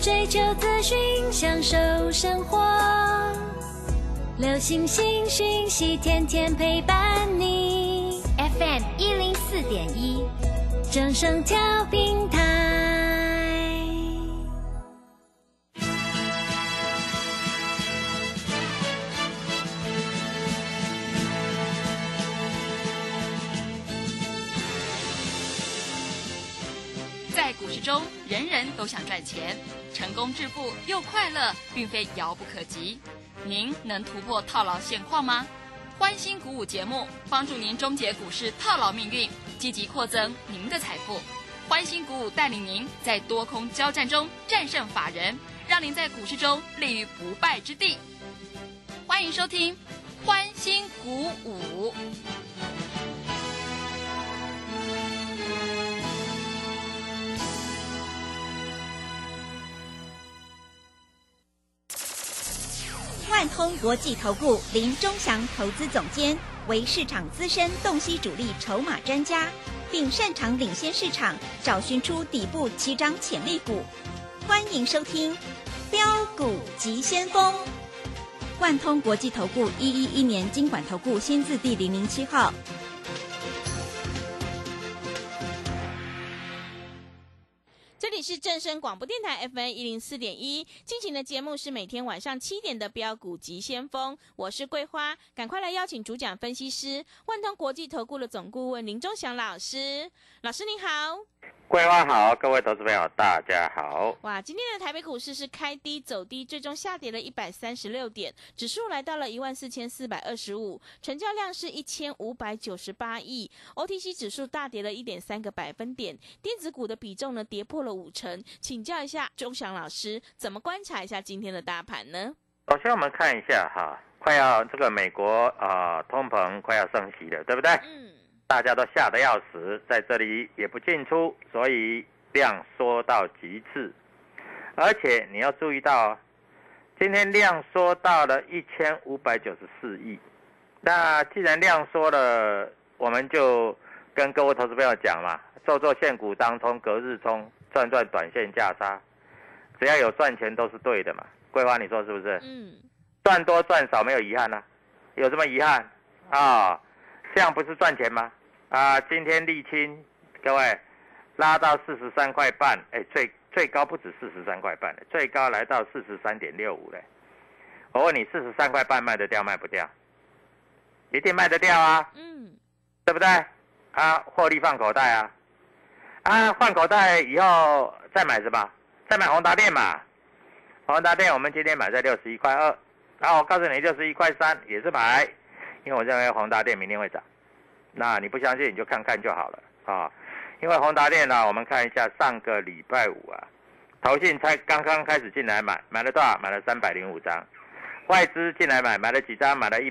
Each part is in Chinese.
追求资讯，享受生活，流行新讯息，天天陪伴你。FM 104.1，正声调频台。 在股市中，人人都想赚钱，成功致富又快乐，并非遥不可及。您能突破套牢现况吗？欢欣鼓舞节目帮助您终结股市套牢命运，积极扩增您的财富。欢欣鼓舞带领您在多空交战中战胜法人，让您在股市中立于不败之地。欢迎收听欢欣鼓舞。 万通国际投顾林钟祥投资总监为市场资深洞悉主力筹码专家，并擅长领先市场，找寻出底部起涨潜力股。欢迎收听标股急先锋。万通国际投顾111年金管投顾新字第007号。 这里是正声广播电台 FM 104.1，进行的节目是每天晚上7点的标股急先锋，我是桂花，赶快来邀请主讲分析师万通国际投顾的总顾问林钟祥老师。老师您好。 桂花好，各位投资朋友大家好。 哇，今天的台北股市是开低走低，最终下跌了136点，指数来到了14425，成交量是1598亿 ，OTC 指数大跌了1.3个百分点，电子股的比重呢跌破了50%。请教一下钟祥老师，怎么观察一下今天的大盘呢？ 首先我们看一下哈，快要这个美国通膨快要升息了，对不对？大家都吓得要死，在这里也不进出，所以量缩到极致。而且你要注意到，今天量缩到了1594亿。那既然量缩了，我们就跟各位投资朋友讲嘛，做现股当冲，隔日冲，赚短线价差，只要有赚钱都是对的嘛。桂花，你说是不是？赚多赚少没有遗憾啊，有什么遗憾啊？这样不是赚钱吗？今天沥青，各位拉到43块半，最高不止43块半，最高来到43.65嘞。我问你，43块半卖得掉卖不掉？一定卖得掉啊，对不对？获利放口袋放口袋以后再买什么？再买宏达电嘛。宏达电我们今天买在61块2，然后我告诉你61块3也是买，因为我认为宏达电明天会涨。那你不相信你就看看就好了因为宏达电我们看一下上个礼拜五投信才刚刚开始进来买了多少？买了305张，外资进来买了几张？买了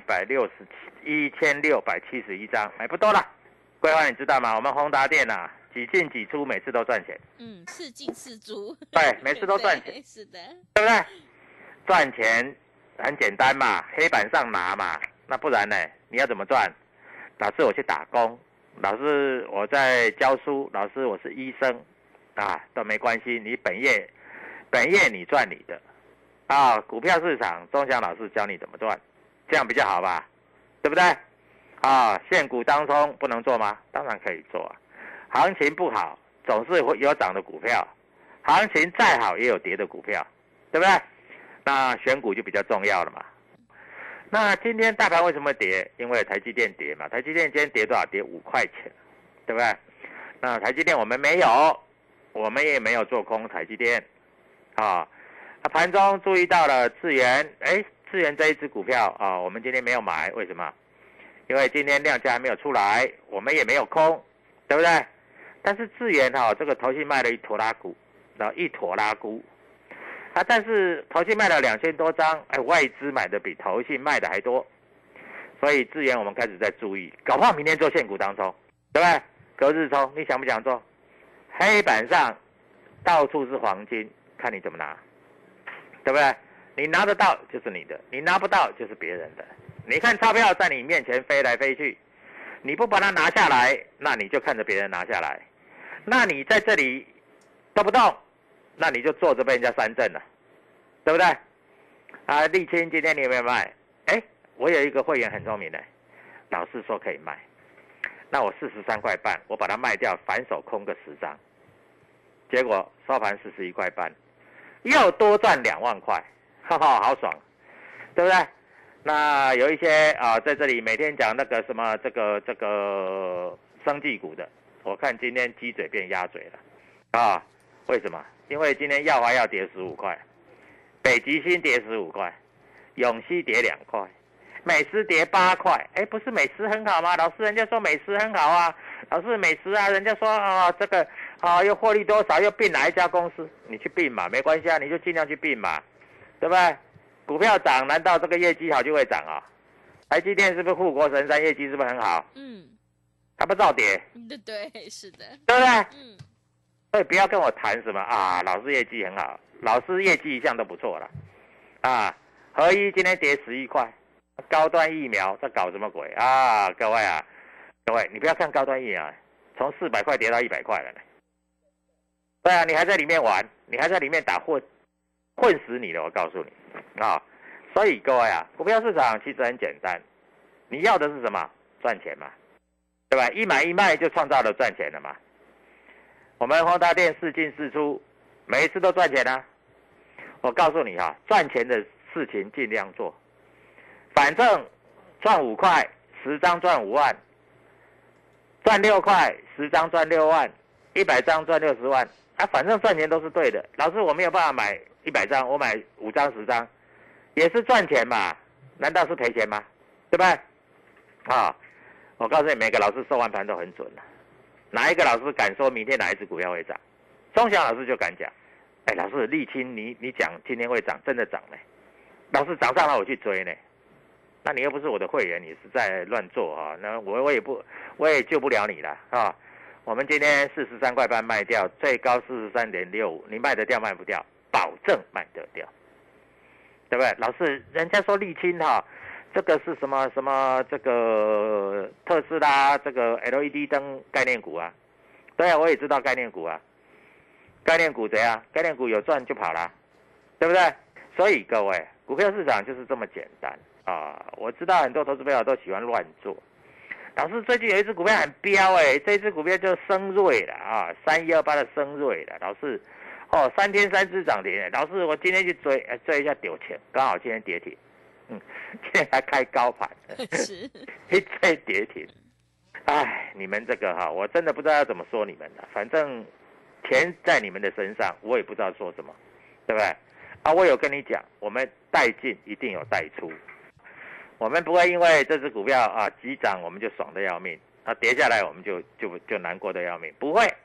1671张，买不多了。桂花你知道吗？我们宏达电几进几出，每次都赚钱。 4进4出。 对，每次都赚钱。 是的， 对不对？赚钱很简单嘛，黑板上拿嘛。那不然呢？你要怎么赚？老师我去打工，老师我在教书，老师我是医生都没关系。你本业你赚你的股票市场钟祥老师教你怎么赚，这样比较好吧？对不对？现股当冲不能做吗？当然可以做行情不好总是会有涨的股票，行情再好也有跌的股票，对不对？那选股就比较重要了嘛。那今天大盘为什么跌？因为台积电跌嘛。台积电今天跌多少？跌5块钱，对不对？那台积电我们没有，我们也没有做空台积电盘中注意到了智原，智原这一只股票我们今天没有买，为什么？因为今天量价还没有出来，我们也没有空，对不对？但是智原这个投信卖了一坨拉股，但是投信卖了2000多张，外资买的比投信卖的还多，所以智原我们开始在注意，搞不好明天做现股当冲，对不对？隔日冲，你想不想做？黑板上到处是黄金，看你怎么拿，对不对？你拿得到就是你的，你拿不到就是别人的。你看钞票在你面前飞来飞去，你不把它拿下来，那你就看着别人拿下来。那你在这里都不动， 那你就坐着被人家3振了，对不对？啊，沥青今天你有没有卖？我有一个会员很聪明的，老师说可以卖，那我43块半，我把它卖掉，反手空个10张，结果收盘41块半，又多赚2万块，哈哈，好爽，对不对？那有一些在这里每天讲那个什么这个生技股的，我看今天鸡嘴变鸭嘴了为什么？因为今天耀华要跌15块，北极星跌15块，永熙跌2块，美食跌8块。不是美食很好吗？老师，人家说美食很好啊，老师美食啊，人家说这个又获利多少，又并哪一家公司，你去并嘛，没关系啊，你就尽量去并嘛，对不对？股票涨，难道这个业绩好就会涨啊？台积电是不是护国神山，业绩是不是很好？它不照跌？ 对，是的， 对不对？所以不要跟我谈什么老师业绩很好，老师业绩一向都不错了合一今天跌11块，高端疫苗在搞什么鬼各位你不要看高端疫苗，从400块跌到100块了呢。对啊，你还在里面玩，你还在里面打混死你了，我告诉你所以各位股票市场其实很简单，你要的是什么？赚钱嘛，对吧？一买一卖就创造了赚钱了嘛。我们宏达电4进4出，每一次都赚钱我告诉你赚钱的事情尽量做，反正赚5块10张赚5万，赚6块10张赚6万，100张赚60万反正赚钱都是对的。老师，我没有办法买100张，我买5张10张也是赚钱嘛，难道是赔钱吗？对不对我告诉你，每个老师收完盘都很准哪一个老师敢说明天哪一只股票会涨？钟祥老师就敢讲。老师，沥青你讲今天会涨，真的涨呢？老师涨上了我去追呢？那你又不是我的会员，你是在乱做那我也救不了你了我们今天43块半卖掉，最高43.65，你卖得掉卖不掉？保证卖得掉，对不对？老师，人家说沥青这个是什么这个特斯拉这个 LED 灯概念股对啊，我也知道概念股概念股怎样？概念股有赚就跑了，对不对？所以各位，股票市场就是这么简单我知道很多投资朋友都喜欢乱做。老师，最近有一只股票很飙这只股票就升瑞了3128的升瑞了。老师，3天3只涨停老师，我今天去追一下丢钱，刚好今天跌停。今天还开高盘， 是一追跌停。你们这个我真的不知道要怎么说你们了。反正钱在你们的身上，我也不知道说什么，对不对？我有跟你讲，我们带进一定有带出，我们不会因为这只股票急涨我们就爽得要命，跌下来我们就难过得要命，不会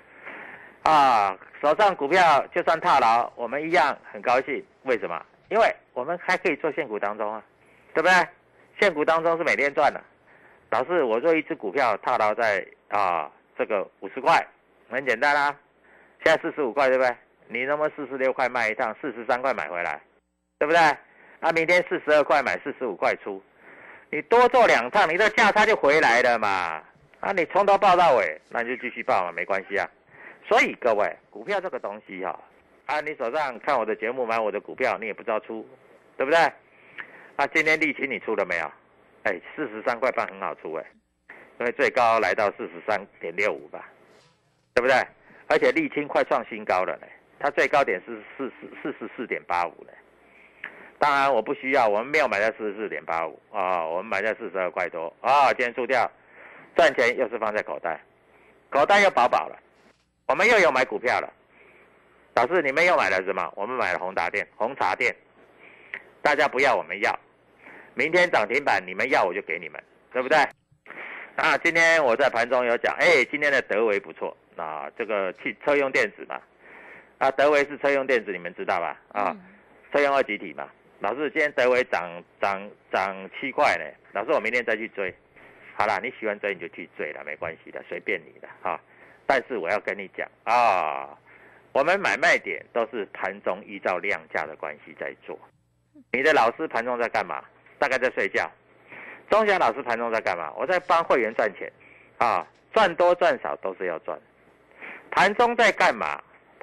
手上股票就算套牢，我们一样很高兴。为什么？因为我们还可以做现股当中对不对？现股当中是每天赚的。老师，我做一只股票套牢在这个50块，很简单现在45块，对不对？你能不能46块卖一趟，43块买回来，对不对？明天42块买，45块出，你多做2趟，你的价差就回来了嘛。你从头报到尾，那你就继续报嘛，没关系所以各位，股票这个东西你手上看我的节目买我的股票，你也不知道出，对不对？今天沥青你出了没有？43块半很好出因为最高来到43.65吧，对不对？而且沥青快创新高了呢，它最高点是44.85呢。当然我不需要，我们没有买在44.85我们买在42块多今天出掉，赚钱又是放在口袋，口袋又饱饱了，我们又有买股票了。老师，你们又买了什么？我们买了宏茶店，大家不要我们要，明天涨停板你们要我就给你们，对不对？今天我在盘中有讲，今天的德微不错这个车用电子嘛德微是车用电子，你们知道吧车用二极体嘛。老师，今天德微涨7块呢，老师我明天再去追。好啦，你喜欢追你就去追了，没关系的，随便你的但是我要跟你讲我们买卖点都是盘中依照量价的关系在做。你的老师盘中在干嘛？大概在睡觉。钟祥老师盘中在干嘛？我在帮会员赚钱赚多赚少都是要赚。盘中在干嘛？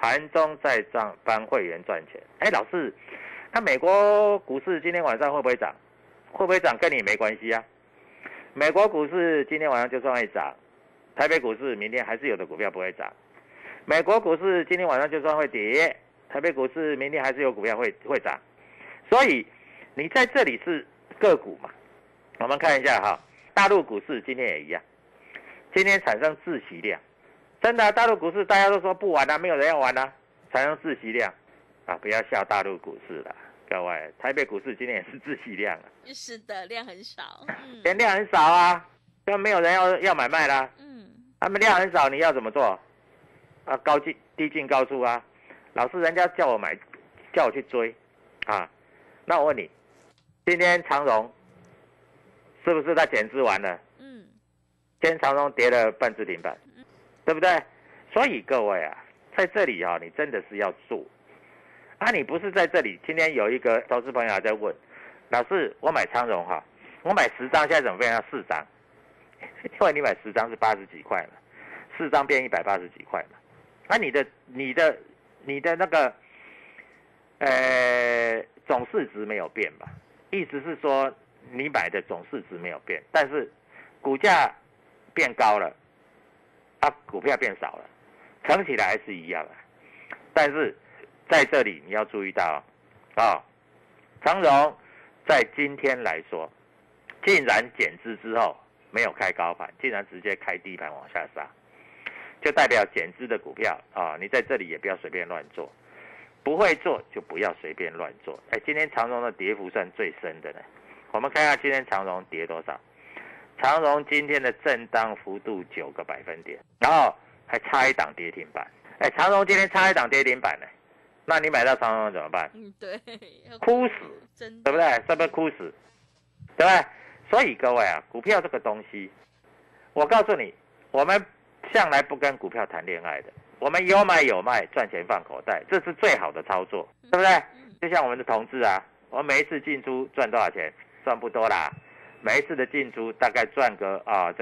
盘中再帮会员赚钱。哎，老师，那美国股市今天晚上会不会涨？会不会涨跟你没关系啊。美国股市今天晚上就算会涨，台北股市明天还是有的股票不会涨。美国股市今天晚上就算会跌，台北股市明天还是有股票会涨。所以你在这里是个股嘛。我们看一下哈，大陆股市今天也一样，今天产生窒息量。真的，大陆股市大家都说不玩了，没有人要玩了，产生窒息量啊！不要笑大陆股市了，各位，台北股市今天也是窒息量啊。 是的，量很少， 量很少啊，就没有人要买卖啦。他们量很少，你要怎么做？啊，低进高出啊。老师，人家叫我买，叫我去追啊。那我问你，今天长荣是不是它减资完了？今天长荣跌了半只停板。对不对？所以各位啊，在这里啊，你真的是要做啊！你不是在这里。今天有一个投资朋友还在问，老师，我买长荣哈，我买10张，现在怎么变成4张？因为你买10张是80几块嘛，4张变180几块嘛。那你的那个总市值没有变吧？意思是说你买的总市值没有变，但是股价变高了。股票变少了，乘起来还是一样的。但是在这里你要注意到长荣在今天来说，竟然减资之后没有开高盘，竟然直接开低盘往下杀，就代表减资的股票你在这里也不要随便乱做，不会做就不要随便乱做。今天长荣的跌幅算最深的呢。我们看一下今天长荣跌多少。长荣今天的震荡幅度9个百分点，然后还差一档跌停板。长荣今天差一档跌停板呢，那你买到长荣怎么办？ 对， 哭死，对不对？是不是哭死？对不对？所以各位啊，股票这个东西，我告诉你，我们向来不跟股票谈恋爱的，我们有买有卖，赚钱放口袋，这是最好的操作，对不对？就像我们的同志啊，我们每一次进出赚多少钱？赚不多啦。每一次的进出大概赚个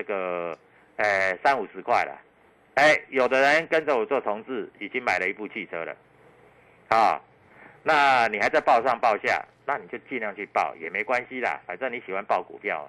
30-50块了。有的人跟着我做同志，已经买了一部汽车了那你还在报上报下，那你就尽量去报也没关系啦，反正你喜欢报股票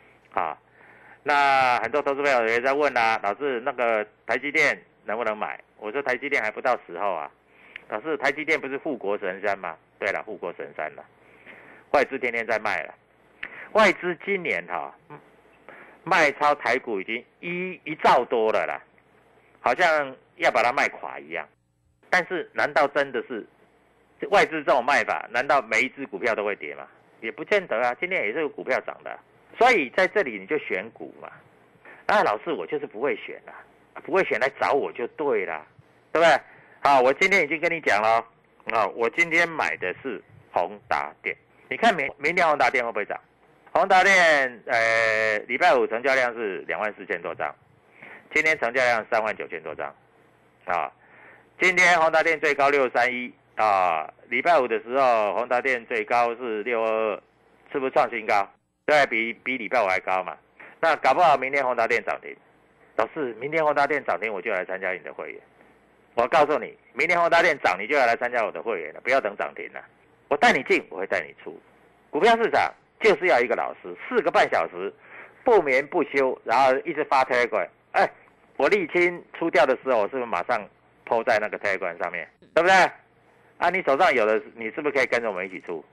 那很多投资朋友也在问啦，老师，那个台积电能不能买？我说台积电还不到时候啊。老师，台积电不是护国神山吗？对了，护国神山了，外资天天在卖了。外资今年卖超台股已经1兆多了啦，好像要把它卖垮一样。但是难道真的是外资这种卖法，难道每一只股票都会跌吗？也不见得啊，今天也是有股票涨的。所以在这里你就选股嘛。老师，我就是不会选啦，不会选来找我就对啦，对不对？我今天已经跟你讲了我今天买的是宏达电。你看明天宏达电会不会涨？宏达电礼拜五成交量是24000多张，今天成交量39000多张今天宏达电最高631礼拜五的时候宏达电最高是622，是不是创新高？对，比礼拜五还高嘛。那搞不好明天宏达电涨停。老师，明天宏达电涨停我就来参加你的会员。我告诉你，明天宏达电涨你就要来参加我的会员了，不要等涨停了。我带你进，我会带你出。股票市场就是要一个老师，4个半小时不眠不休，然后一直发 Telegram。我沥青出掉的时候，我是不是马上 po 在那个 Telegram 上面，对不对？你手上有的，你是不是可以跟着我们一起出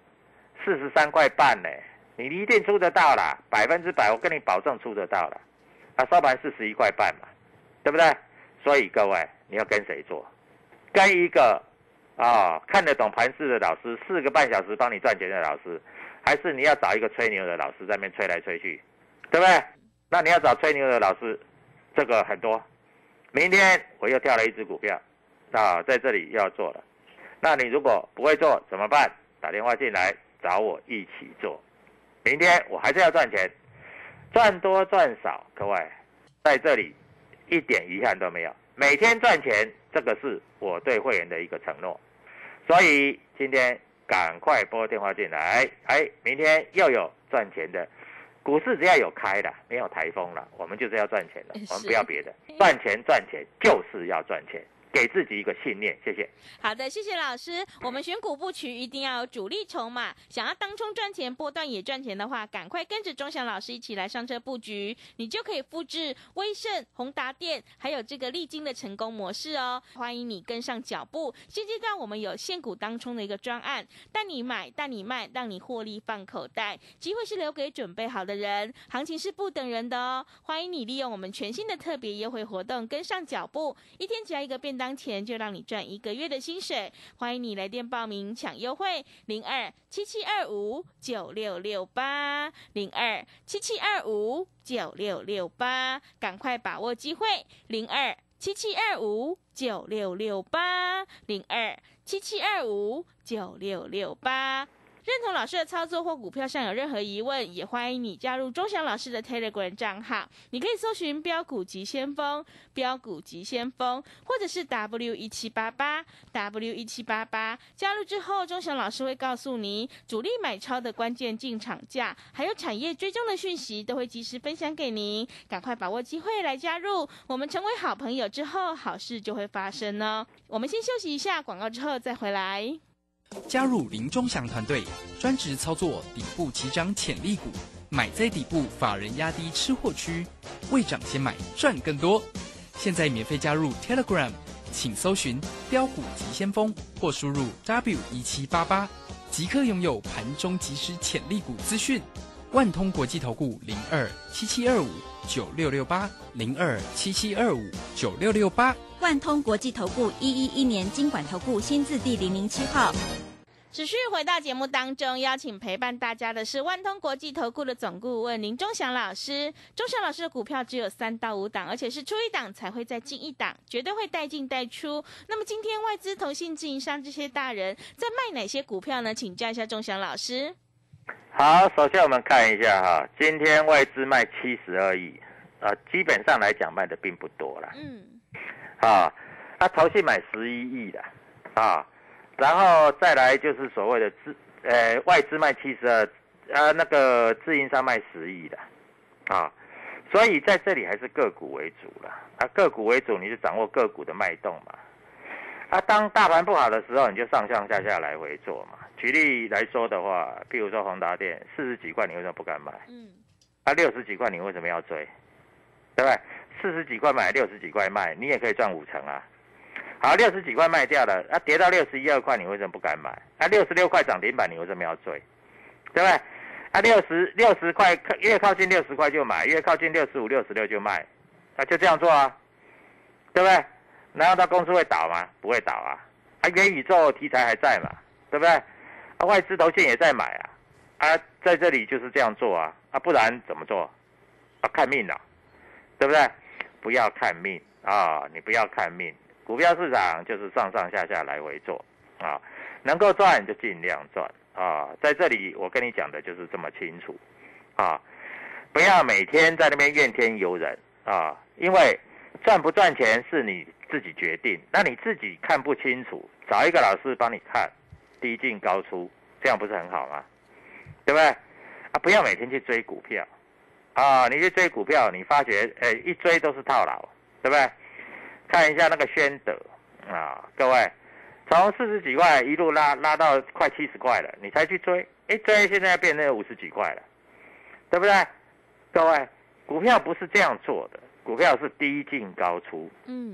？43块半呢，你一定出得到啦，100%，我跟你保证出得到啦。收盘41块半嘛，对不对？所以各位，你要跟谁做？跟一个看得懂盘势的老师，4个半小时帮你赚钱的老师，还是你要找一个吹牛的老师在那边吹来吹去，对不对？那你要找吹牛的老师，这个很多。明天我又跳了一只股票在这里又要做了。那你如果不会做怎么办？打电话进来找我一起做。明天我还是要赚钱，赚多赚少，各位在这里一点遗憾都没有，每天赚钱，这个是我对会员的一个承诺。所以今天赶快拨电话进来，明天又有赚钱的。股市只要有开了，没有台风了，我们就是要赚钱的，我们不要别的，赚钱就是要赚钱。 给自己一个信念，谢谢。 好的，谢谢老师。我们选股布局一定要有主力筹码，想要当冲赚钱、波段也赚钱的话，赶快跟着钟祥老师一起来上车布局，你就可以复制威盛、宏达电还有这个利金的成功模式哦。欢迎你跟上脚步。现阶段我们有现股当冲的一个专案，带你买、带你卖，让你获利放口袋。机会是留给准备好的人，行情是不等人的哦。欢迎你利用我们全新的特别优惠活动，跟上脚步，一天只要一个便当钱，就让你赚1个月的薪水。欢迎你来电报名抢优惠，02-7725-9668，02-7725-9668，赶快把握机会，02-7725-9668，02-7725-9668。认同老师的操作或股票上有任何疑问，也欢迎你加入钟祥老师的 Telegram 账号，你可以搜寻标股急先锋、标股急先锋，或者是 W1788 加入之后，钟祥老师会告诉你主力买超的关键进场价，还有产业追踪的讯息，都会及时分享给您，赶快把握机会来加入，我们成为好朋友之后，好事就会发生哦。我们先休息一下广告，之后再回来。 加入林钟祥团队，专职操作底部起涨潜力股，买在底部，法人压低吃货区，未涨先买赚更多。现在免费加入 Telegram， 请搜寻标股急先锋或输入 W1788， 即刻拥有盘中即时潜力股资讯。万通国际投顾02-7725-9668，02-7725-9668。 万通国际投顾111年金管投顾新字第007号。 持续回到节目当中，邀请陪伴大家的是万通国际投顾的总顾问林钟祥老师。钟祥老师的股票只有3到5档，而且是出一档才会再进一档，绝对会带进带出。那么今天外资、投信、自营商这些大人在卖哪些股票呢？请教一下钟祥老师。 好，首先我们看一下哈，今天外资卖72亿，基本上来讲卖的并不多啦。投信买11亿的，然后再来就是所谓的外资卖72，那个自营商卖10亿的，所以在这里还是个股为主啦，个股为主你就掌握个股的脉动嘛，当大盘不好的时候你就上上下下来回做嘛。举例来说的话，譬如说宏达电40几块你为什么不敢买？60几块你为什么要追？对不对？40几块买，60几块卖，你也可以赚50%啊。好，60几块卖掉了，跌到61、2块，你为什么不敢买？66块涨停板，你为什么要追？对不对？60块越靠近60块就买，越靠近65、66就卖，就这样做啊，对不对？难道它公司会倒吗？不会倒啊。元宇宙题材还在嘛，对不对？外资投信也在买在这里就是这样做啊，不然怎么做？看命了，对不对？不要看命你不要看命。股票市场就是上上下下来回做能够赚就尽量赚在这里我跟你讲的就是这么清楚不要每天在那边怨天尤人因为赚不赚钱是你自己决定，那你自己看不清楚，找一个老师帮你看，低进高出，这样不是很好吗？对不对不要每天去追股票你去追股票，你发觉一追都是套牢，对不对？看一下那个宣德各位从40几块一路拉到快70块了，你才去追，追现在变成50几块了，对不对？各位，股票不是这样做的，股票是低进高出。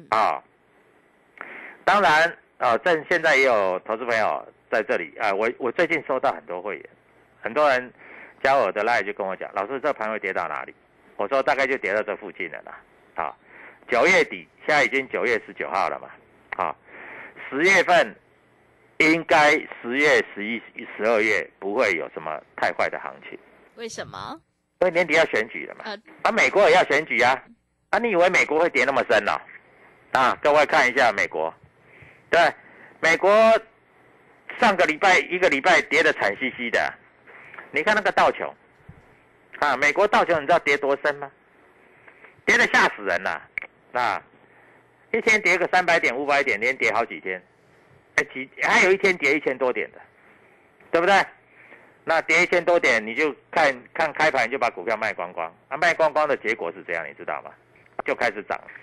当然现在也有投资朋友在这里我最近收到很多会员，很多人加我的 LINE 就跟我讲，老师这盘会跌到哪里？我说大概就跌到这附近了啦。9月底，现在已经9月19号了嘛，10月份应该10月、11、12月不会有什么太坏的行情。 为什么？ 因为年底要选举了嘛，美国也要选举啊，你以为美国会跌那么深哦？各位看一下美国，对，美国上个礼拜一个礼拜跌得惨兮兮的，你看那个道琼美国道琼你知道跌多深吗？跌得吓死人了一天跌个300点、500点，连跌好几天，还有一天跌1000多点的，对不对？那跌1000多点，你就看开盘就把股票卖光光，卖光光的结果是这样，你知道吗？就开始涨，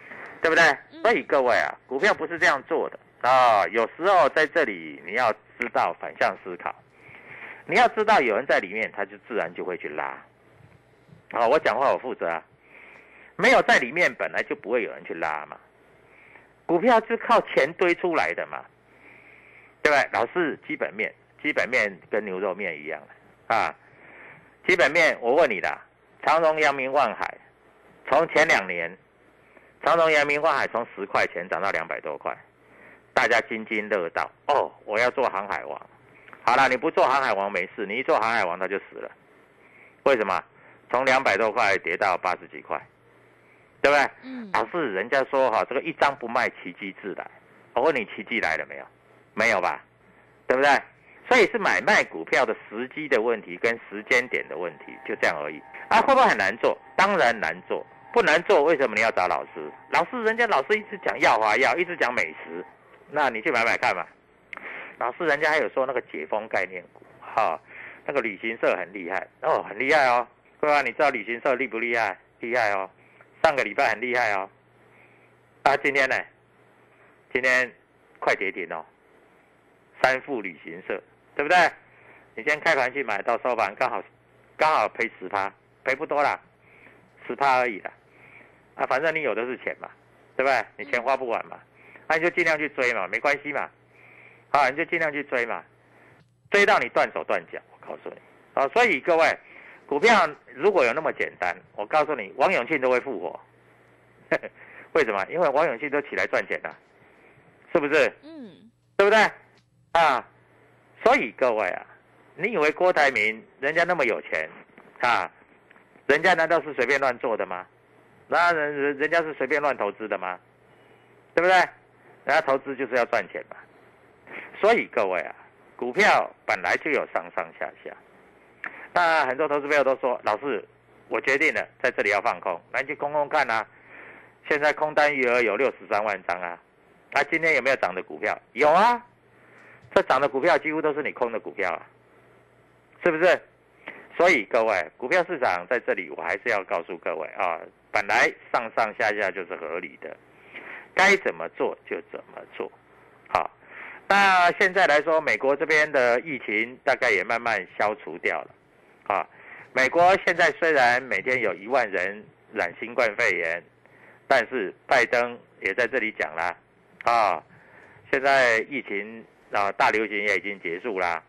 对不对？所以各位啊，股票不是这样做的啊。有时候在这里你要知道反向思考，你要知道有人在里面，他就自然就会去拉。我讲话我负责啊，没有在里面本来就不会有人去拉嘛。股票是靠钱堆出来的嘛，对不对？老是基本面跟牛肉面一样啊。基本面我问你啦，长荣、阳明、万海，从前2年，长荣、阳明、万海从10块钱涨到200多块，大家津津乐道。我要做航海王。好了，你不做航海王没事，你一做航海王他就死了。为什么？从200多块跌到80几块，对不对？老是人家说这个一张不卖，奇迹自来。我问你，奇迹来了没有？没有吧？对不对？所以是买卖股票的时机的问题跟时间点的问题，就这样而已。会不会很难做？当然难做。不难做，为什么你要找老师？人家老师一直讲耀华药，一直讲美食，那你去买买看嘛。老师人家还有说那个解封概念股，那个旅行社很厉害很厉害哦。对吧？你知道旅行社厉不厉害？厉害哦。上个礼拜很厉害哦。今天呢？今天快跌停哦。3富旅行社，对不对？你先开盘去买到收盘，刚好赔10%，赔不多啦，10%而已啦。反正你有的是钱嘛，对不对？你钱花不完嘛，你就尽量去追嘛，没关系嘛。你就尽量去追嘛，追到你断手断脚，我告诉你。所以各位，股票如果有那么简单，我告诉你，王永庆都会复活。为什么？因为王永庆都起来赚钱了，是不是？对不对？所以各位啊，你以为郭台铭人家那么有钱人家难道是随便乱做的吗？那人家是随便乱投资的吗？对不对？人家投资就是要赚钱嘛。所以各位啊，股票本来就有上上下下。那很多投资朋友都说，老师，我决定了，在这里要放空，那你去空空看啊。现在空单余额有63万张啊。今天有没有涨的股票？有啊。这涨的股票几乎都是你空的股票啊，是不是？所以各位，股票市场在这里，我还是要告诉各位本来上上下下就是合理的，该怎么做就怎么做。那现在来说，美国这边的疫情大概也慢慢消除掉了美国现在虽然每天有1万人染新冠肺炎，但是拜登也在这里讲啦现在疫情大流行也已经结束啦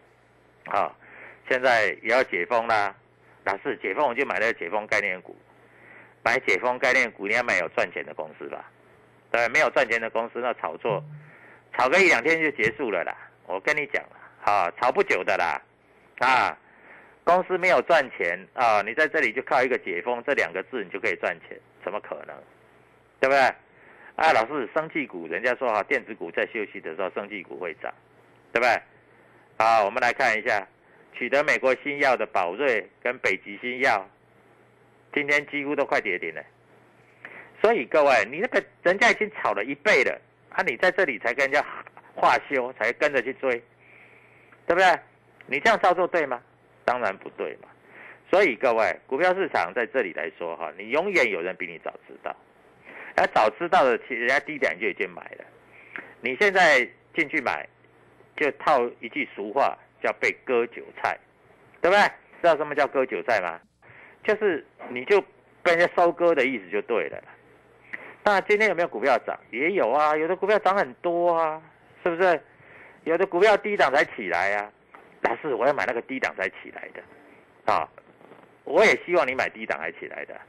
现在也要解封啦。老师，解封我就买了解封概念股。买解封概念股，你要买有赚钱的公司吧？对，没有赚钱的公司，那炒作炒个1-2天就结束了啦。我跟你讲了炒不久的啦公司没有赚钱你在这里就靠一个解封这2个字，你就可以赚钱，怎么可能？对不对？老师，生技股人家说电子股在休息的时候，生技股会涨，对不对？我们来看一下，取得美国新药的宝瑞跟北极星药，今天几乎都快跌停了。所以各位，你那个人家已经炒了1倍了你在这里才跟人家化休，才跟着去追，对不对？你这样操作对吗？当然不对嘛。所以各位，股票市场在这里来说你永远有人比你早知道。早知道的，人家低点就已经买了。你现在进去买，就套一句俗话，叫被割韭菜，对不对？知道什么叫割韭菜吗？就是你就被人家收割的意思就对了。那今天有没有股票涨？也有啊，有的股票涨很多啊，是不是？有的股票低档才起来啊。老师，我要买那个低档才起来的我也希望你买低档才起来的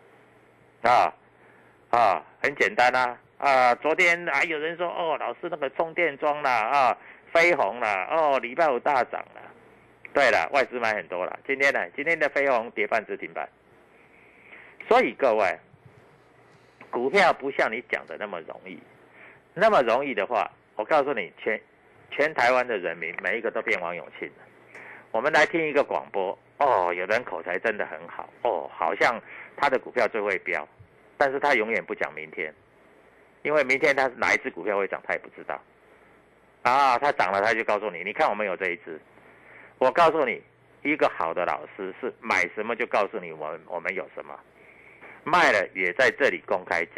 很简单昨天有人说老师那个充电桩啦飞鸿啦礼拜5大涨啦。对了，外资买很多啦。今天呢？今天的飞鸿跌半只停板。所以各位，股票不像你讲的那么容易。那么容易的话，我告诉你，全台湾的人民每一个都变王永庆了。我们来听一个广播有人口才真的很好好像他的股票最会飙，但是他永远不讲明天，因为明天他哪一只股票会涨他也不知道他涨了他就告诉你，你看我们有这一只。我告诉你，一个好的老师是买什么就告诉你我们有什么，卖了也在这里公开讲，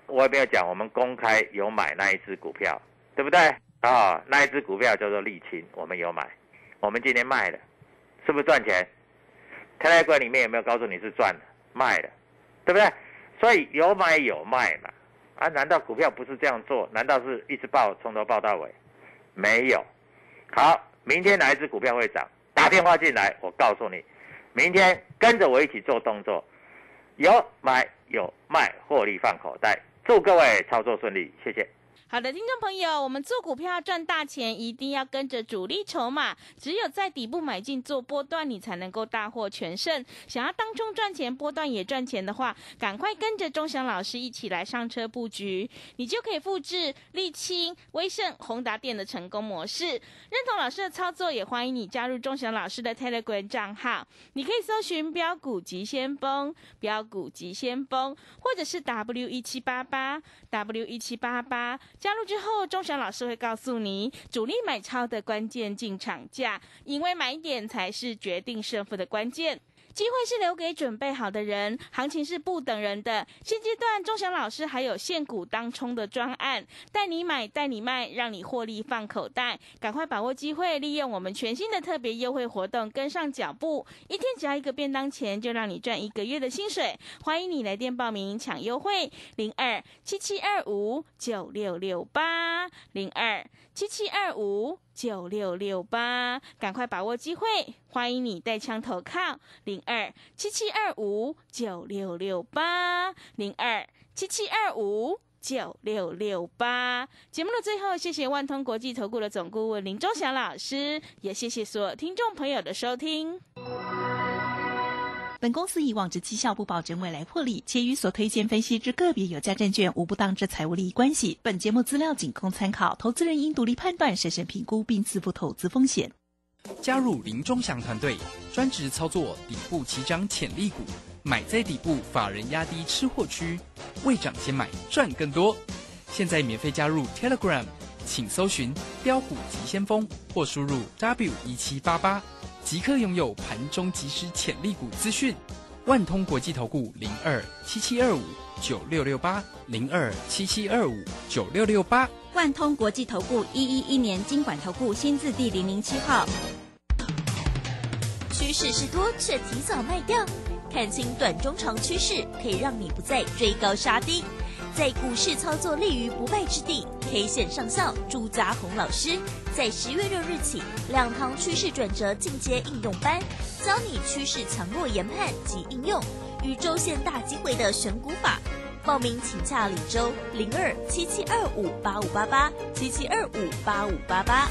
我也没有讲我们公开有买那一只股票，对不对？那一只股票叫做沥青，我们有买，我们今天卖了，是不是赚钱？Telegram里面有没有告诉你是赚的，卖了，对不对？所以有买有卖嘛。难道股票不是这样做？难道是一直报从头报到尾？没有。好，明天哪一只股票会涨？打电话进来，我告诉你，明天跟着我一起做动作，有买有卖，获利放口袋。祝各位操作顺利，谢谢。 好的，听众朋友，我们做股票赚大钱，一定要跟着主力筹码，只有在底部买进做波段，你才能够大获全胜。想要当冲赚钱，波段也赚钱的话，赶快跟着钟祥老师一起来上车布局，你就可以复制沥青、威盛、宏达电的成功模式。认同老师的操作，也欢迎你加入钟祥老师的 Telegram 账号，你可以搜寻标股急先锋、标股急先锋，或者是 W1788 W1788。加入之后，钟祥老师会告诉你主力买超的关键进场价，因为买点才是决定胜负的关键。机会是留给准备好的人，行情是不等人的。现阶段，钟祥老师还有现股当冲的专案，带你买带你卖，让你获利放口袋。赶快把握机会，利用我们全新的特别优惠活动，跟上脚步。一天只要1个便当钱，就让你赚1个月的薪水。欢迎你来电报名抢优惠，02-7725-9668 02-7725-9668，赶快把握机会，欢迎你带枪投靠02-7725-9668 02-7725-9668。节目的最后，谢谢万通国际投顾的总顾问林钟祥老师，也谢谢所有听众朋友的收听。 本公司以往之绩效不保证未来获利，且与所推荐分析之个别有价证券无不当之财务利益关系。本节目资料仅供参考，投资人应独立判断、审慎评估并自负投资风险。 加入林钟祥团队，专职操作底部起涨潜力股，买在底部，法人压低吃货区，未涨先买赚更多。现在免费加入 Telegram， 请搜寻标股急先锋或输入 W1788，即刻拥有盘中即时潜力股资讯。万通国际投顾02-7725-9668 02-7725-9668。 万通国际投顾111年金管投顾新字第007号。 趋势是多，却提早卖掉。看清短中长趋势，可以让你不再追高杀低，在股市操作立于不败之地。K 线上校朱家宏老师在10月6日起2堂趋势转折进阶应用班，教你趋势强弱研判及应用与周线大机会的选股法。报名请洽李周02-7725-8588 7725-8588。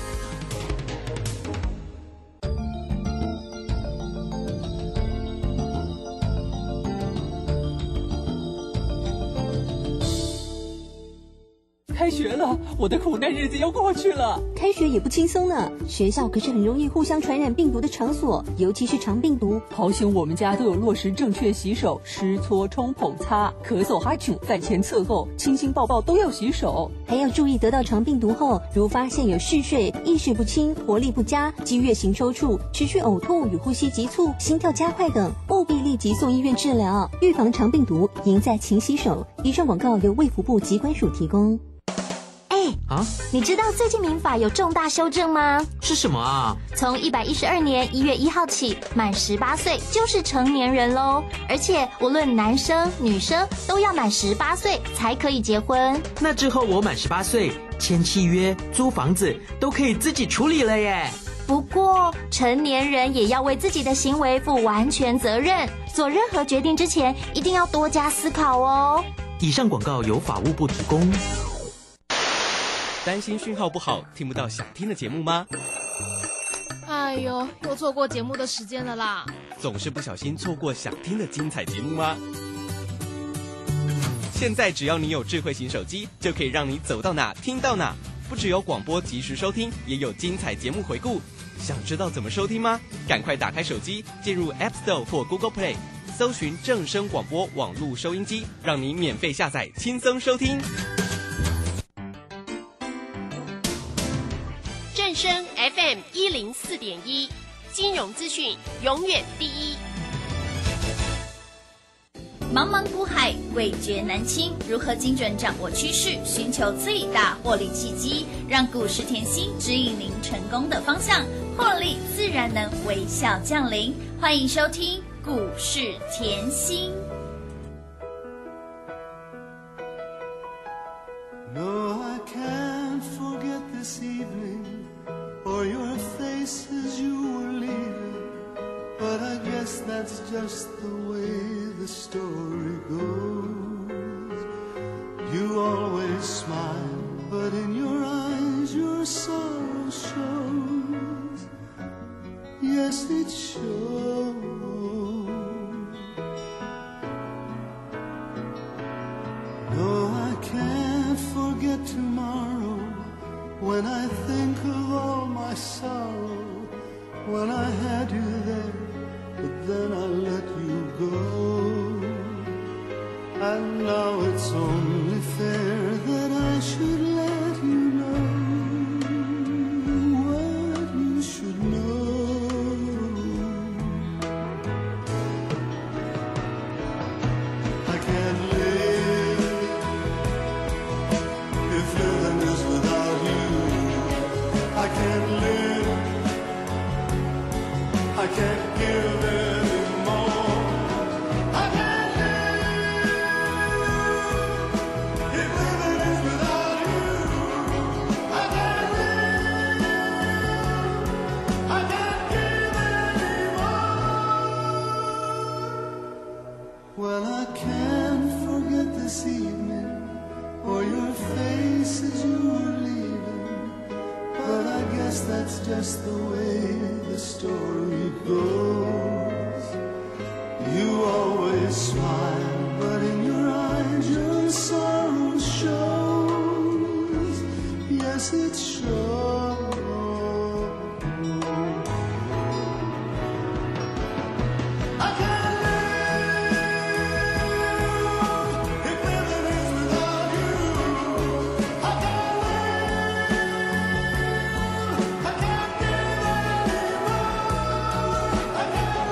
开学了，我的苦难日子要过去了。 开学也不轻松呢，学校可是很容易互相传染病毒的场所，尤其是肠病毒。 好险我们家都有落实正确洗手、湿搓冲捧擦，咳嗽哈啾饭前厕后亲亲抱抱都要洗手， 还要注意得到肠病毒后，如发现有嗜睡、意识不清、活力不佳、激越型抽搐、持续呕吐与呼吸急促、心跳加快等，务必立即送医院治疗。预防肠病毒，赢在勤洗手。以上广告由卫福部疾管署提供。 你知道最近民法有重大修正吗？ 是什么啊？ 从112年1月1号起，满18岁就是成年人咯，而且无论男生女生都要满18岁才可以结婚。 那之后我满18岁，签契约、租房子都可以自己处理了耶。 不过成年人也要为自己的行为负完全责任，做任何决定之前一定要多加思考哦。 以上广告由法务部提供。 担心讯号不好，听不到想听的节目吗？ 哎呦，又错过节目的时间了啦！ 总是不小心错过想听的精彩节目吗？现在只要你有智慧型手机，就可以让你走到哪听到哪。不只有广播及时收听，也有精彩节目回顾。想知道怎么收听吗？赶快打开手机，进入 App Store 或 Google Play， 搜寻正声广播网络收音机，让你免费下载，轻松收听。 正声 FM 104.1，金融资讯永远第一。 茫茫股海，味觉难清。如何精准掌握趋势，寻求最大获利契机，让股市甜心指引您成功的方向，获利自然能微笑降临。欢迎收听股市甜心。 No, I can't forget this evening, or your face as you were leaving. But I guess that's just the way the story goes. You always smile, but in your eyes your sorrow shows. Yes, it shows. No, I can't forget tomorrow when I think of all my sorrow. When I had you there, but then I let you go. And now it's only fair that I should let you know what you should know. I can't live if living is without you. I can't live, I can't give anymore. I can't live if living is without you. I can't live, I can't give anymore. Well, I can't forget this evening or your face as you were leaving, but I guess that's just the way the story goes. You always smile, but in your eyes your sorrow shows. Yes, it shows. I can't live if living is without you. I can't live, I can't give anymore. I can't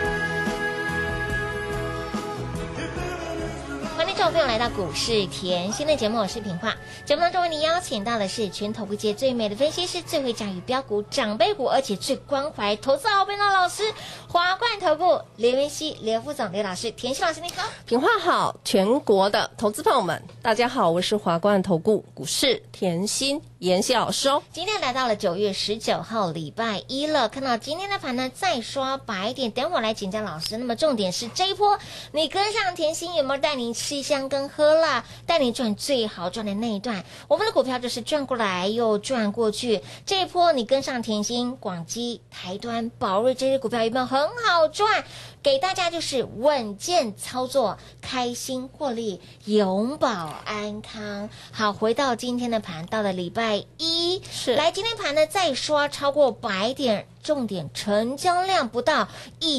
live if living is without you. 欢迎众朋友来到股市甜心的节目，我是品化。节目当中为你邀请到的是全投顾界最美的分析师，最会驾驭标股、长辈股，而且最关怀投资好朋友的老师，华冠投顾刘元熙、刘副总、刘老师，甜心老师你好。 品话好，全国的投资朋友们，大家好，我是华冠投顾股市甜心妍希老师哦。 今天来到了9月19号礼拜一了，看到今天的盘呢再刷白点，等会来请教老师。那么重点是这一波你跟上甜心有没有带你吃香跟喝辣，带你赚最好赚的那一段？我们的股票就是赚过来又赚过去，这一波你跟上甜心、广基、台端、宝瑞这些股票有没有很好赚？给大家就是稳健操作，开心获利，永保安康。好，回到今天的盘，到了礼拜一， 是来今天盘呢再刷超过100点。重点成交量不到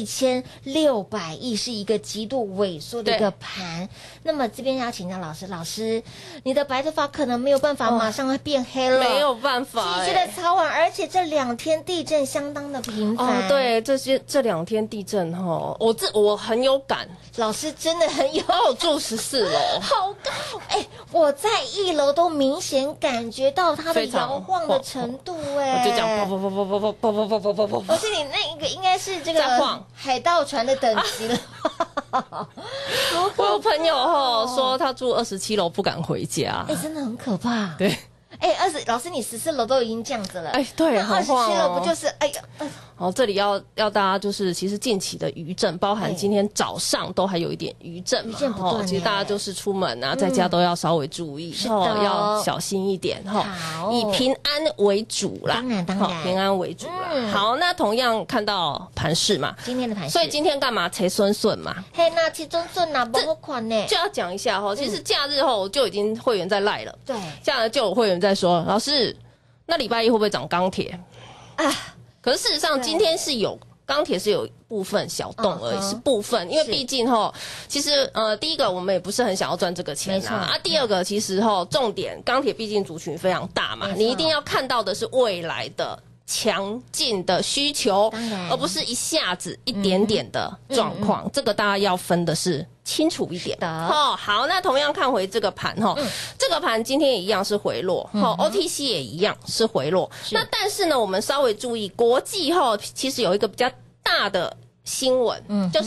1600亿，是一个极度萎缩的一个盘。那么这边要请教老师，老师，你的白头发可能没有办法马上会变黑了， 没有办法， 继续的早晚，而且这2天地震相当的频繁。 对，这2天地震我很有感， 老师真的很有， 我住14楼， 好高，我在1楼都明显感觉到它的摇晃的程度， 我就讲啵。 不是你那个应该是这个海盗船的等级了。 我有朋友说他住27楼不敢回家， 真的很可怕。 对， 老师你14楼都已经这样子了， 对，好晃 27楼不就是这里要大家就是其实近期的余震，包含今天早上都还有一点余震嘛，其实大家就是出门啊，在家都要稍微注意，要小心一点以平安为主啦， 当然平安为主啦。好，那同样看到盘势嘛， 今天的盘势， 所以今天干嘛？齐顺顺嘛， 那齐顺顺哪不好款呢？ 就要讲一下其实假日后就已经会员在赖了， 对， 假日就有会员在说，老师，那礼拜一会不会涨钢铁啊？可是事实上，今天是有钢铁是有部分小动而已，是部分，因为毕竟其实第一个我们也不是很想要赚这个钱第二个其实重点钢铁毕竟族群非常大嘛，你一定要看到的是未来的强劲的需求，而不是一下子一点点的状况。这个大家要分的是清楚一点哦。好，那同样看回这个盘哈，这个盘今天也一样是回落，OTC 也一样是回落。那但是呢，我们稍微注意国际后，其实有一个比较大的新闻，就是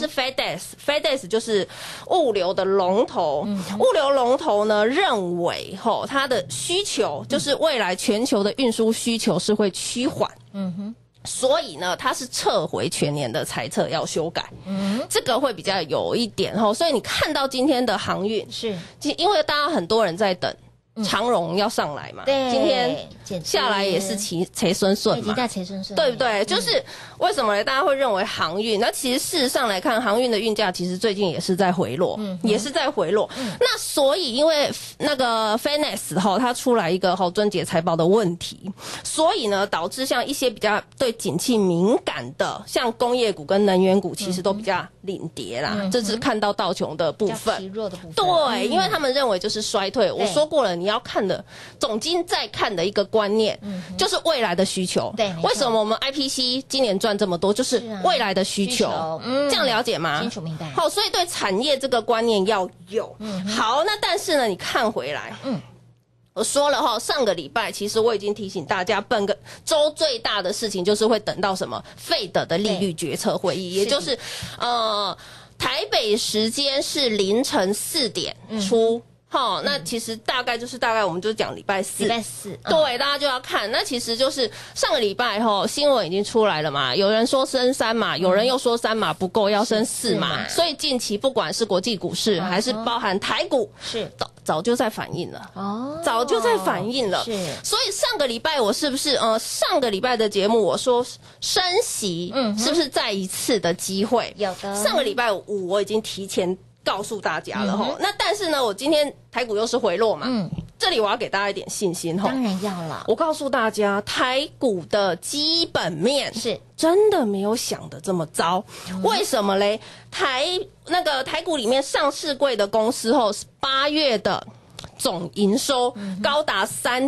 FedEx 就是物流的龙头，物流龙头呢认为它的需求就是未来全球的运输需求是会趋缓，所以呢它是撤回全年的财测要修改，这个会比较有一点所以你看到今天的航运是，因为大家很多人在等长荣要上来嘛，今天下来也是齐顺顺嘛，对不对？就是为什么呢？大家会认为航运，那其实事实上来看，航运的运价其实最近也是在回落，也是在回落。那所以因为那个 FedEx 它出来一个春节财报的问题，所以呢导致像一些比较对景气敏感的，像工业股跟能源股，其实都比较领跌啦。这是看到道琼的部分，对，因为他们认为就是衰退。我说过了。你要看的总经在看的一个观念，就是未来的需求。对，为什么我们 IPC 今年赚这么多，就是未来的需求。这样了解吗？ 清楚明白。 好，所以对产业这个观念要有。好，那但是呢，你看回来，我说了上个礼拜其实我已经提醒大家，本个周最大的事情就是会等到什么FED的利率决策会议，也就是台北时间是凌晨4点出。那其实大概我们就讲礼拜四，对，大家就要看。那其实就是上个礼拜新闻已经出来了嘛，有人说升3码，有人又说3码不够，要升4码。所以近期不管是国际股市还是包含台股，是早就在反应了，早就在反应了。是，所以上个礼拜我是不是上个礼拜的节目我说升息，是不是再一次的机会？有的。上个礼拜5我已经提前告诉大家了那但是呢，我今天台股又是回落嘛，这里我要给大家一点信心当然要了。 我告诉大家，台股的基本面是真的没有想的这么糟。为什么嘞？台股里面上市柜的公司8月的总营收高达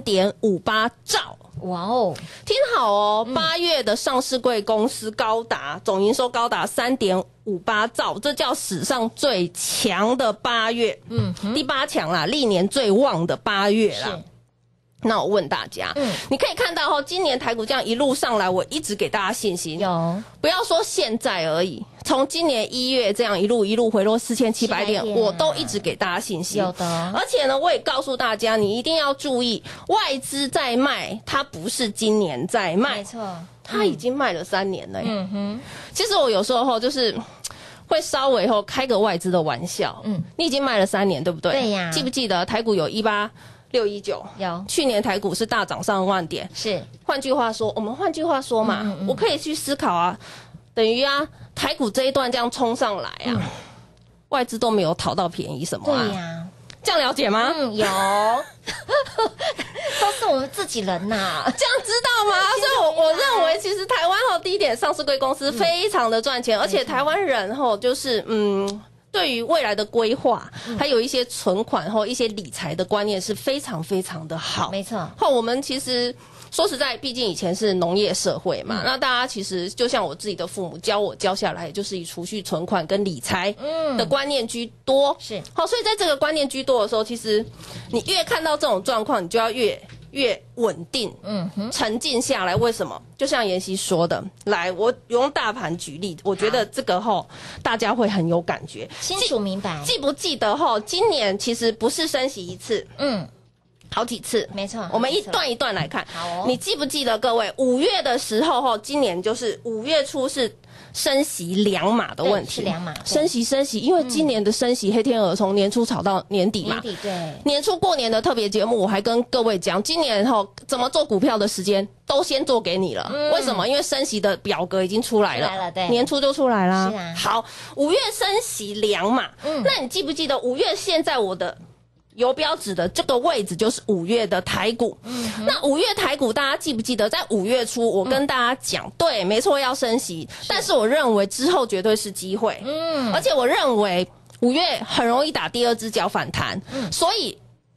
3.58兆。哇哦，听好8月的上市柜公司总营收高达3.58兆，这叫史上最强的8月，第8强啦，历年最旺的8月啦。那我问大家，你可以看到今年台股这样一路上来，我一直给大家信心，不要说现在而已，从今年1月这样一路回落4700点，我都一直给大家信心。有的，而且呢，我也告诉大家，你一定要注意，外资在卖，它不是今年在卖，没错，它已经卖了3年了。其实我有时候就是会稍微开个外资的玩笑，你已经卖了3年，对不对？对呀。记不记得台股有18619，有去年台股是大涨上万点，是。换句话说嘛，我可以去思考啊，等于台股这一段这样冲上来外资都没有讨到便宜什么对呀，这样了解吗？ 有，都是我们自己人呐， 这样知道吗？所以我认为，其实台湾第一点，上市柜公司非常的赚钱，而且台湾人就是对于未来的规划，还有一些存款一些理财的观念是非常非常的好。没错。我们其实说实在，毕竟以前是农业社会嘛，那大家其实就像我自己的父母教下来，就是以储蓄、存款跟理财的观念居多。是。所以在这个观念居多的时候，其实你越看到这种状况，你就要越稳定，沉静下来。为什么？就像妍希说的，来，我用大盘举例，我觉得这个大家会很有感觉， 清楚明白。 记不记得今年其实不是升息一次，好几次，没错。我们一段一段来看。好你记不记得各位5月的时候今年就是5月初是升息2码的问题，是2码，升息，因为今年的升息黑天鹅从年初炒到年底嘛，对，年初过年的特别节目，我还跟各位讲，今年怎么做股票的时间都先做给你了，为什么？因为升息的表格已经出来了，对，年初就出来啦。是啊，好，5月升息2码，那你记不记得5月现在我的游标指的这个位置就是5月的台股。那5月台股大家记不记得在5月初我跟大家讲，对，没错，要升息，但是我认为之后绝对是机会，而且我认为5月很容易打第2只脚反弹，所以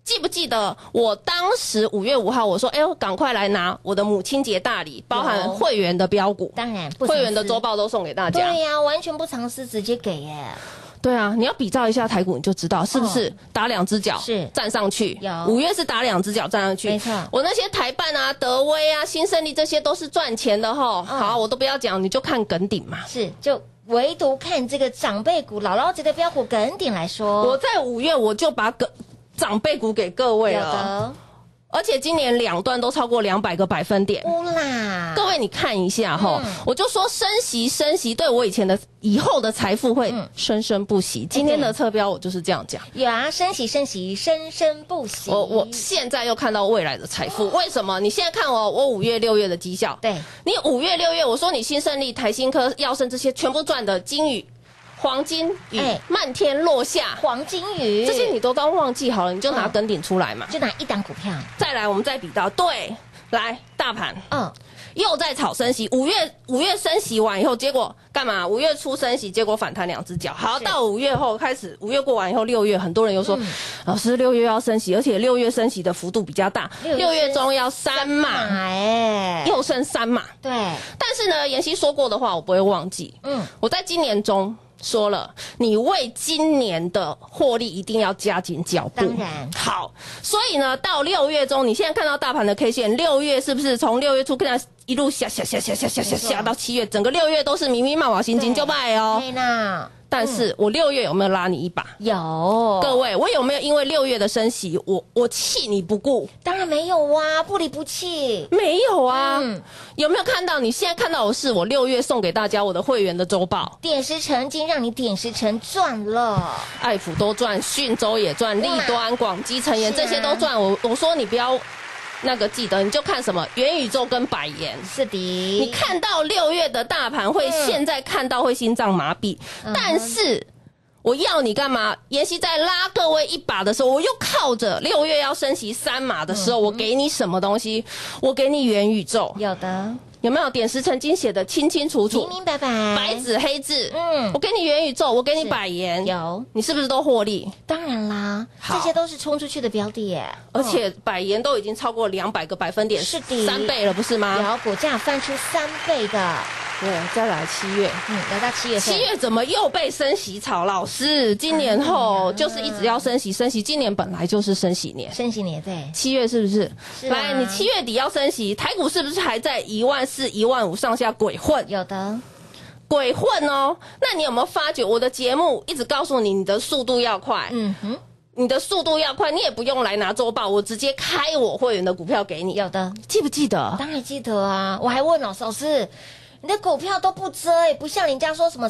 记不记得我当时5月5号我说，哎呦，赶快来拿我的母亲节大礼，包含会员的标股， 当然会员的周报都送给大家。 对呀，完全不藏私，直接给耶。 对啊，你要比照一下台股，你就知道是不是打2只脚是站上去。 有 5月是打2只脚站上去， 没错。 我那些台办啊、德威啊、新胜利这些都是赚钱的哈。好，我都不要讲，你就看耿鼎嘛。 是，就唯独看这个长辈股、姥姥级的标股耿鼎来说， 我在5月我就把长辈股给各位了。 有的。 而且今年2段都超过200个百分点， 啦！ 各位你看一下哈，我就说升息，对我以后的财富会生生不息。今天的侧标我就是这样讲， 有啊，升息，生生不息。 我现在又看到未来的财富，为什么？你现在看我5月、6月的绩效， 对你5月、6月，我说你新胜利、台新科、耀盛这些全部赚的金宇。黄金雨漫天落下， 黄金雨这些你都当忘记好了，你就拿耿鼎出来嘛， 就拿一档股票。 再来，我们再比到，对，来大盘，又在炒升息。5月升息完以后，结果干嘛？5月初升息，结果反弹2只脚。好，到5月后开始，5月过完以后，6月很多人又说，老师6月要升息，而且6月升息的幅度比较大，6月中要3码，又升3码。 对， 但是呢，妍希说过的话我不会忘记。我在今年中说了，你为今年的获利一定要加紧脚步。 当然好，所以呢，到6月中，你现在看到大盘的 K 线，6月是不是从6月初看到一路下到7月，整个6月都是密密麻麻心经就卖哦。 对啦。 但是我6月有没有拉你一把？ 有。 各位，我有没有因为6月的升息，我弃你不顾？ 当然没有啊，不离不弃。 没有啊。有没有看到？你现在看到的是我6月送给大家我的会员的周报， 点石成金，让你点石成赚了。 爱普都赚，讯州也赚，立端、广基、成研这些都赚。我说你不要。那个记得，你就看什么元宇宙跟百元。 是的， 你看到6月的大盘会，现在看到会心脏麻痹，但是我要你干嘛？妍希在拉各位一把的时候，我又靠着6月要升息3码的时候，我给你什么东西？我给你元宇宙， 有的。 有没有点石成金写的清清楚楚、 明明白白、 白纸黑字？我给你元宇宙，我给你百元， 有， 你是不是都获利？ 当然啦，这些都是冲出去的标的耶， 而且百元都已经超过200个百分点， 是的 ，3倍了，不是吗？ 有，股价翻出3倍的。 对，再来7月， 来到7月份，7 月怎么又被升息炒？老师，今年后就是一直要升息，今年本来就是升息年， 对 ，7月是不是？ 是来，你7月底要升息，台股是不是还在14000、15000上下鬼混？ 有的。 鬼混哦，那你有没有发觉我的节目一直告诉你，你的速度要快？你的速度要快，你也不用来拿周报，我直接开我会员的股票给你。 有的， 记不记得？ 当然记得啊！我还问老师，你的股票都不遮不像人家说什么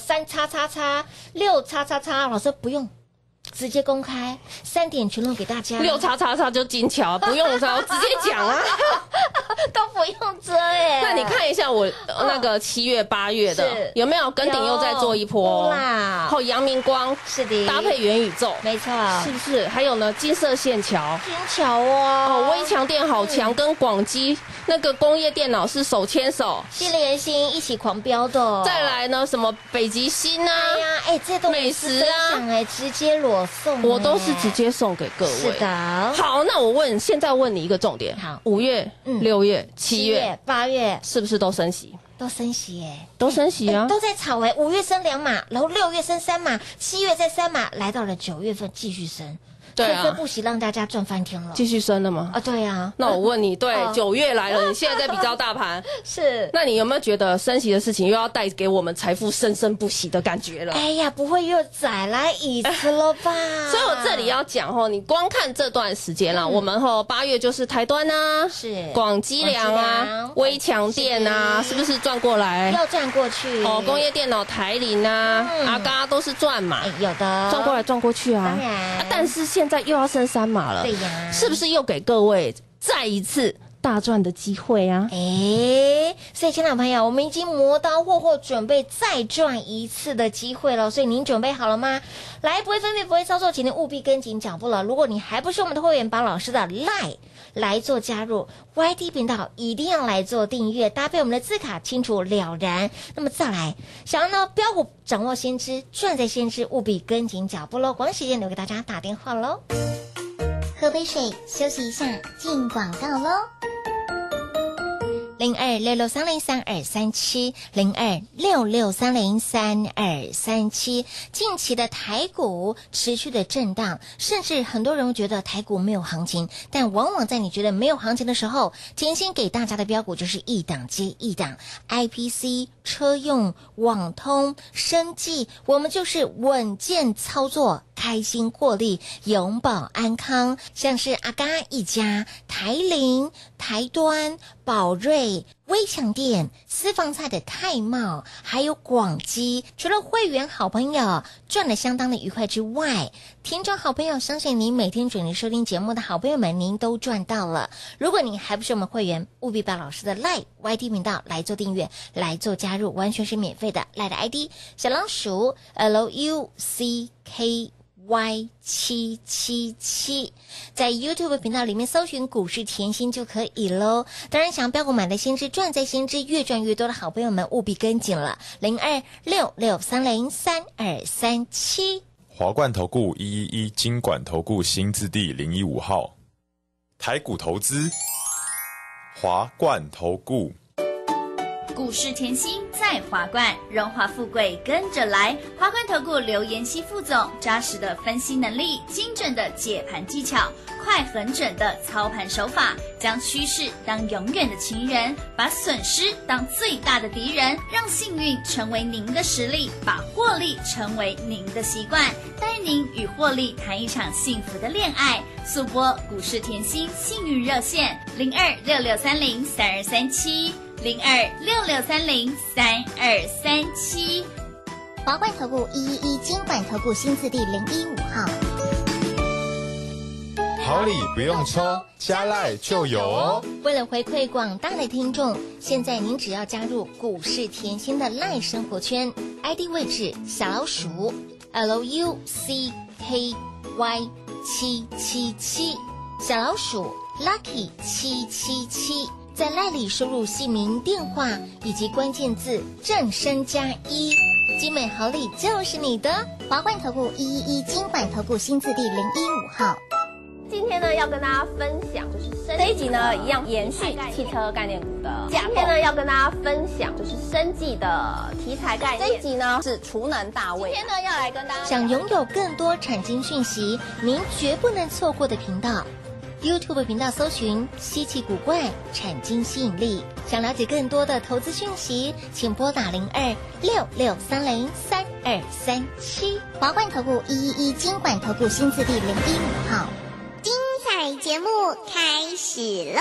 3XXX6XXX，老师不用。直接公开3点全录给大家 ，6XXX就金桥，不用说，直接讲啊， 都不用遮耶。 那你看一下我那个7月、8月的有没有耿鼎又在做一波啦？ 后阳明光是的， 搭配元宇宙， 没错， 是不是？还有呢，金色线桥， 哦， 微强电好强，跟广基那个工业电脑是手牵手， 系列新一起狂飙的。 再来呢，什么北极星啊， 这些都美食啊， 直接裸送， 我都是直接送给各位。 是的。 好，那现在问你一个重点，好，5月、6月、7月、 8月是不是都升息？ 都升息都升息啊， 都在炒5月升2码，然后6月升3码，7月再3码，来到了9月份继续升。 对啊， 不惜让大家赚翻天了， 继续升了吗？ 对啊。 那我问你，对，9月来了，你现在在比较大盘， 是， 那你有没有觉得升息的事情又要带给我们财富生生不息的感觉了？ 哎呀，不会又再来一次了吧？ 所以我这里要讲你光看这段时间啦，我们8月就是台端啊， 是广基良啊，微强电啊，是不是转过来？ 要转过去工业电脑台铃啊，阿嘎都是转嘛， 有的转过来转过去啊， 当然， 但是现在又要升3码了， 对呀， 是不是又给各位再一次大赚的机会啊？ 所以亲爱的朋友，我们已经磨刀霍霍，准备再赚一次的机会了。所以您准备好了吗？来，不会分辨，不会操作，请您务必跟紧脚步了。如果你还不是我们的会员，把老师的 LINE 来做加入 YT 频道，一定要来做订阅，搭配我们的字卡，清楚了然。那么再来，想要呢标股掌握先知，赚在先知，务必跟紧脚步喽。广时间留给大家打电话喽。 喝杯水，休息一下，进广告喽。0266303237，0266303237。近期的台股持续的震荡，甚至很多人觉得台股没有行情，但往往在你觉得没有行情的时候，甜心给大家的标股就是一档接一档 ，IPC、车用、网通、生技，我们就是稳健操作，开心获利，永保安康。像是阿嘎一家、台铃、台端、宝瑞、威强电、私房菜的泰茂，还有广基，除了会员好朋友赚得相当的愉快之外，听众好朋友，相信您每天准时收听节目的好朋友们，您都赚到了。如果您还不是我们会员，务必把老师的 LINE、YT 频道来做订阅，来做加入，完全是免费的。LINE 的 ID 小老鼠 LUCKY777，在 YouTube 频道里面搜寻股市甜心就可以咯。当然想标股买的先知，赚在先知，越赚越多的好朋友们务必跟紧了。0266303237。 华冠投顾111金管投顾新字第015号，台股投资，华冠投顾。 股市甜心在华冠，荣华富贵跟着来。华冠投顾刘妍希副总，扎实的分析能力，精准的解盘技巧，快很准的操盘手法，将趋势当永远的情人，把损失当最大的敌人，让幸运成为您的实力，把获利成为您的习惯，带您与获利谈一场幸福的恋爱。速播股市甜心幸运热线0266303237，0266303237。 华冠投顾111金管投顾新字第015号。 好礼不用抽，加赖就有哦。 为了回馈广大的听众，现在您只要加入股市甜心的赖生活圈 ，ID 位置小老鼠 LUCKY777，小老鼠 Lucky 777，在赖里输入姓名、电话以及关键字正声+1，精美好礼就是你的。华冠投顾111金管投顾新字第015号。 今天呢，要跟大家分享就是这一集呢，一样延续汽车概念股的架构。今天呢，要跟大家分享就是生技的题材概念。这一集呢是储能大卫。今天呢，要来跟大家想拥有更多产经讯息，您绝不能错过的频道。YouTube 频道搜寻稀奇古怪产经吸引力。想了解更多的投资讯息，请拨打0266303237。华冠投顾111金管投顾新字第015号。精彩节目开始喽！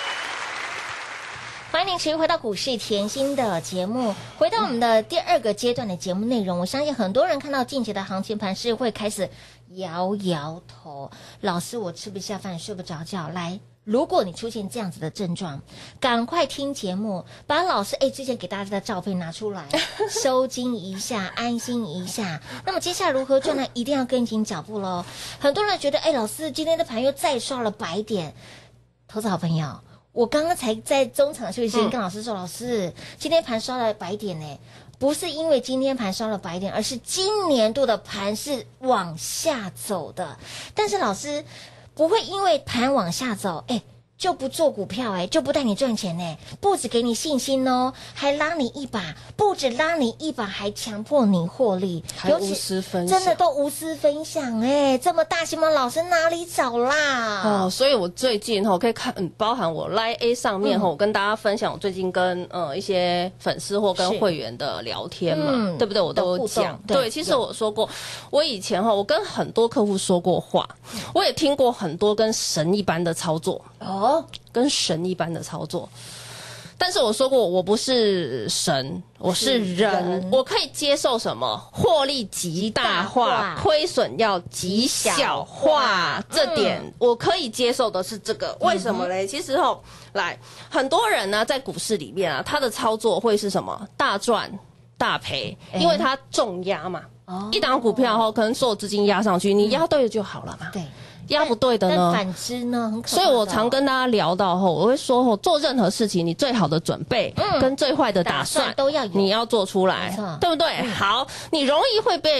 欢迎您持续回到股市甜心的节目，回到我们的第二个阶段的节目内容。我相信很多人看到近期的行情盘势会开始摇摇头，老师我吃不下饭睡不着觉。来，如果你出现这样子的症状，赶快听节目，把老师之前给大家的照片拿出来收惊一下，安心一下。那么接下来如何赚呢？一定要跟紧脚步咯。很多人觉得老师今天的盘又再刷了白点，投资好朋友，我刚刚才在中场休息时间跟老师说，老师今天盘刷了白点呢，不是因为今天盘刷了白点，而是今年度的盘是往下走的。但是老师不会因为盘往下走，就不做股票，就不带你赚钱呢，不止给你信心哦，还拉你一把，不止拉你一把，还强迫你获利， 还无私分享， 真的都无私分享这么大新闻老师哪里找啦？ 所以我最近可以看，包含我 Line A 上面我跟大家分享我最近跟一些粉丝或跟会员的聊天嘛，对不对？我都有讲。对，其实我说过，我以前我跟很多客户说过话，我也听过很多跟神一般的操作跟神一般的操作，但是我说过，我不是神，我是人，我可以接受什么？获利极大化，亏损要极小化，这点我可以接受的是这个。为什么嘞？其实来很多人呢，在股市里面啊，他的操作会是什么？大赚大赔，因为他重压嘛。一档股票可能所有资金压上去，你压对了就好了嘛。对。压不对的呢？ 但反之呢？很可怕。 所以我常跟大家聊到我会说做任何事情，你最好的准备跟最坏的打算都要有， 你要做出来，对不对？好，你容易会被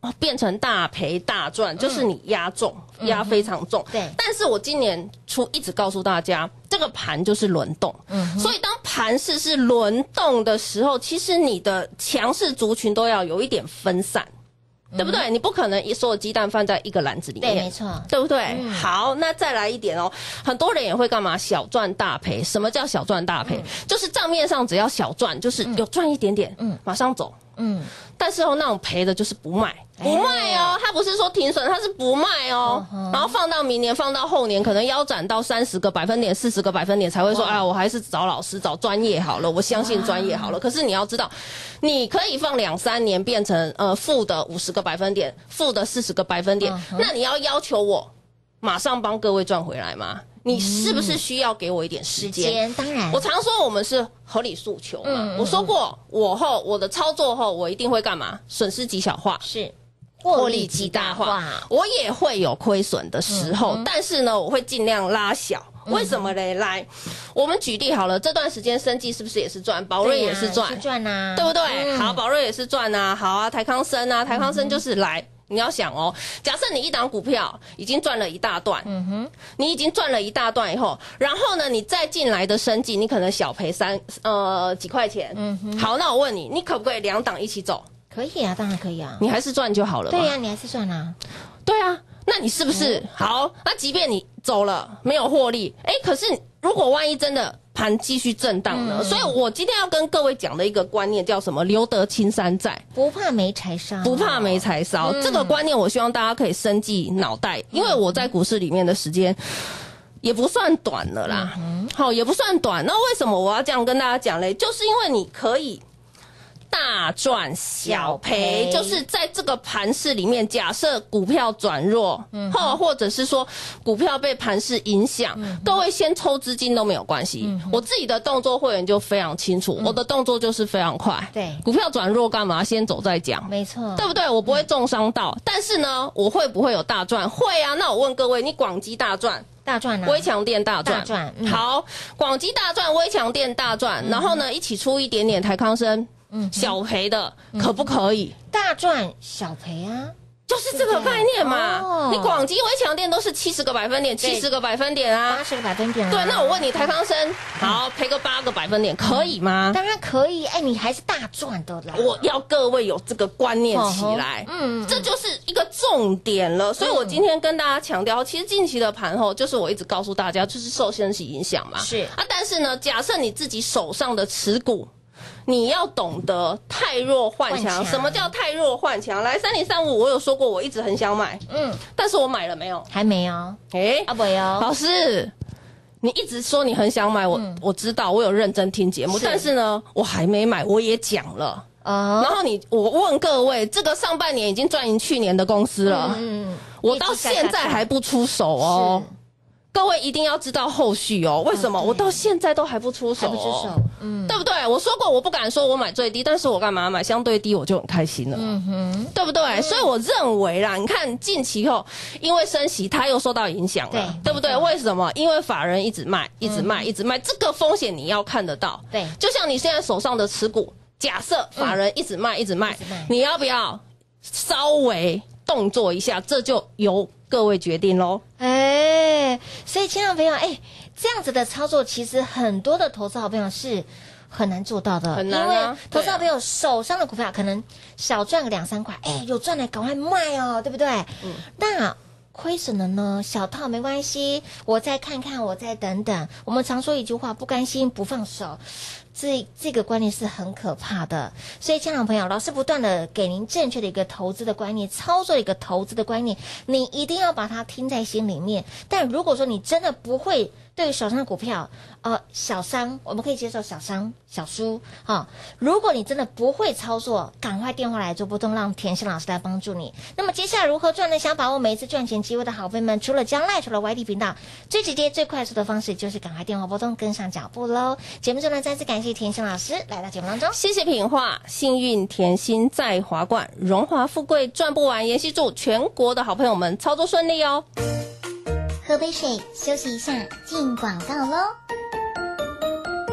变成大赔大赚，就是你压重，压非常重。 对， 但是我今年初一直告诉大家，这个盘就是轮动。所以当盘势是轮动的时候，其实你的强势族群都要有一点分散。对不对？你不可能所有鸡蛋放在一个篮子里面， 对，没错， 对不对？好，那再来一点哦，很多人也会干嘛？小赚大赔。什么叫小赚大赔？就是账面上只要小赚，就是有赚一点点，马上走。但是那种赔的就是不卖哦，他不是说停损，他是不卖哦。然后放到明年，放到后年，可能腰斩到30个百分点、40个百分点才会说，我还是找老师、找专业好了，我相信专业好了。可是你要知道，你可以放2-3年变成负的50个百分点，负的40个百分点，那你要求我马上帮各位赚回来吗？你是不是需要给我一点时间？ 当然， 我常说我们是合理诉求嘛。我说过，我的操作后，我一定会干嘛？损失极小化， 是获利极大化。我也会有亏损的时候，但是呢，我会尽量拉小。为什么嘞？来，我们举例好了，这段时间生技是不是也是赚？宝瑞也是赚，对不对？好，宝瑞也是赚啊。好啊，台康生啊，台康生就是来。你要想哦，假设你一档股票已经赚了一大段，你已经赚了一大段以后，然后呢，你再进来的生技，你可能小赔几块钱。好，那我问你，你可不可以2档一起走？ 可以啊，当然可以啊。 你还是赚就好了嘛。 对啊，你还是赚啊。 对啊，那你是不是好？那即便你走了没有获利，可是如果万一真的盘继续震荡呢？所以我今天要跟各位讲的一个观念叫什么？留得青山在， 不怕没柴烧， 不怕没柴烧。这个观念我希望大家可以深记脑袋，因为我在股市里面的时间也不算短了啦。好，也不算短。那为什么我要这样跟大家讲嘞？就是因为你可以大赚小赔，就是在这个盘势里面，假设股票转弱，或者是说股票被盘势影响，各位先抽资金都没有关系。我自己的动作会员就非常清楚，我的动作就是非常快。 对， 股票转弱干嘛？先走再讲， 没错， 对不对？我不会重伤到，但是呢，我会不会有大赚？会啊。那我问各位，你广基大赚？ 大赚啊， 微强电大赚，好，广基大赚，微强电大赚，然后呢，一起出一点点台康生。小赔的可不可以？ 大赚小赔啊， 就是这个概念嘛。你广基、微强电都是70个百分点，70个百分点啊 ，80个百分点啊。 对，那我问你，台康生好赔个8个百分点，可以吗？ 当然可以。你还是大赚的啦。 我要各位有这个观念起来，这就是一个重点了。所以我今天跟大家强调，其实近期的盘后，就是我一直告诉大家，就是受升息影响嘛。 是啊，但是呢，假设你自己手上的持股。你要懂得太弱换强。什么叫太弱换强？来，3035，我有说过，我一直很想买，但是我买了没有？ 还没有。没有。 老师，你一直说你很想买，我知道，我有认真听节目，但是呢，我还没买，我也讲了。然后我问各位，这个上半年已经赚赢去年的公司了，我到现在还不出手哦。各位一定要知道后续哦，为什么我到现在都还不出手？对不对？我说过我不敢说我买最低，但是我干嘛买相对低我就很开心了，对不对？所以我认为啦，你看近期后因为升息，它又受到影响了，对不对？为什么？因为法人一直卖，一直卖，一直卖，这个风险你要看得到。 对， 就像你现在手上的持股，假设法人一直卖，一直卖，你要不要稍微动作一下？这就由各位决定咯。 所以亲爱的朋友，这样子的操作其实很多的投资好朋友是很难做到的， 很难啊。 因为投资好朋友手上的股票可能少赚个2-3块，有赚的赶快卖哦，对不对？那亏损了呢，小套没关系，我再看看，我再等等。我们常说一句话，不甘心不放手。这个观念是很可怕的，所以亲爱的朋友，老师不断的给您正确的一个投资的观念，操作一个投资的观念，你一定要把它听在心里面。但如果说你真的不会对于手上的股票，小伤我们可以接受小伤小输如果你真的不会操作，赶快电话来做拨通，让田心老师来帮助你。那么接下来如何赚呢？想把握每一次赚钱机会的好朋友们，除了加赖，除了 YT 频道，最直接最快速的方式就是赶快电话拨通，跟上脚步喽。节目中呢，再次感谢田心老师来到节目当中， 谢谢品画，幸运甜心在华冠，荣华富贵赚不完。妍希祝全国的好朋友们操作顺利哦。 喝杯水，休息一下，进广告喽。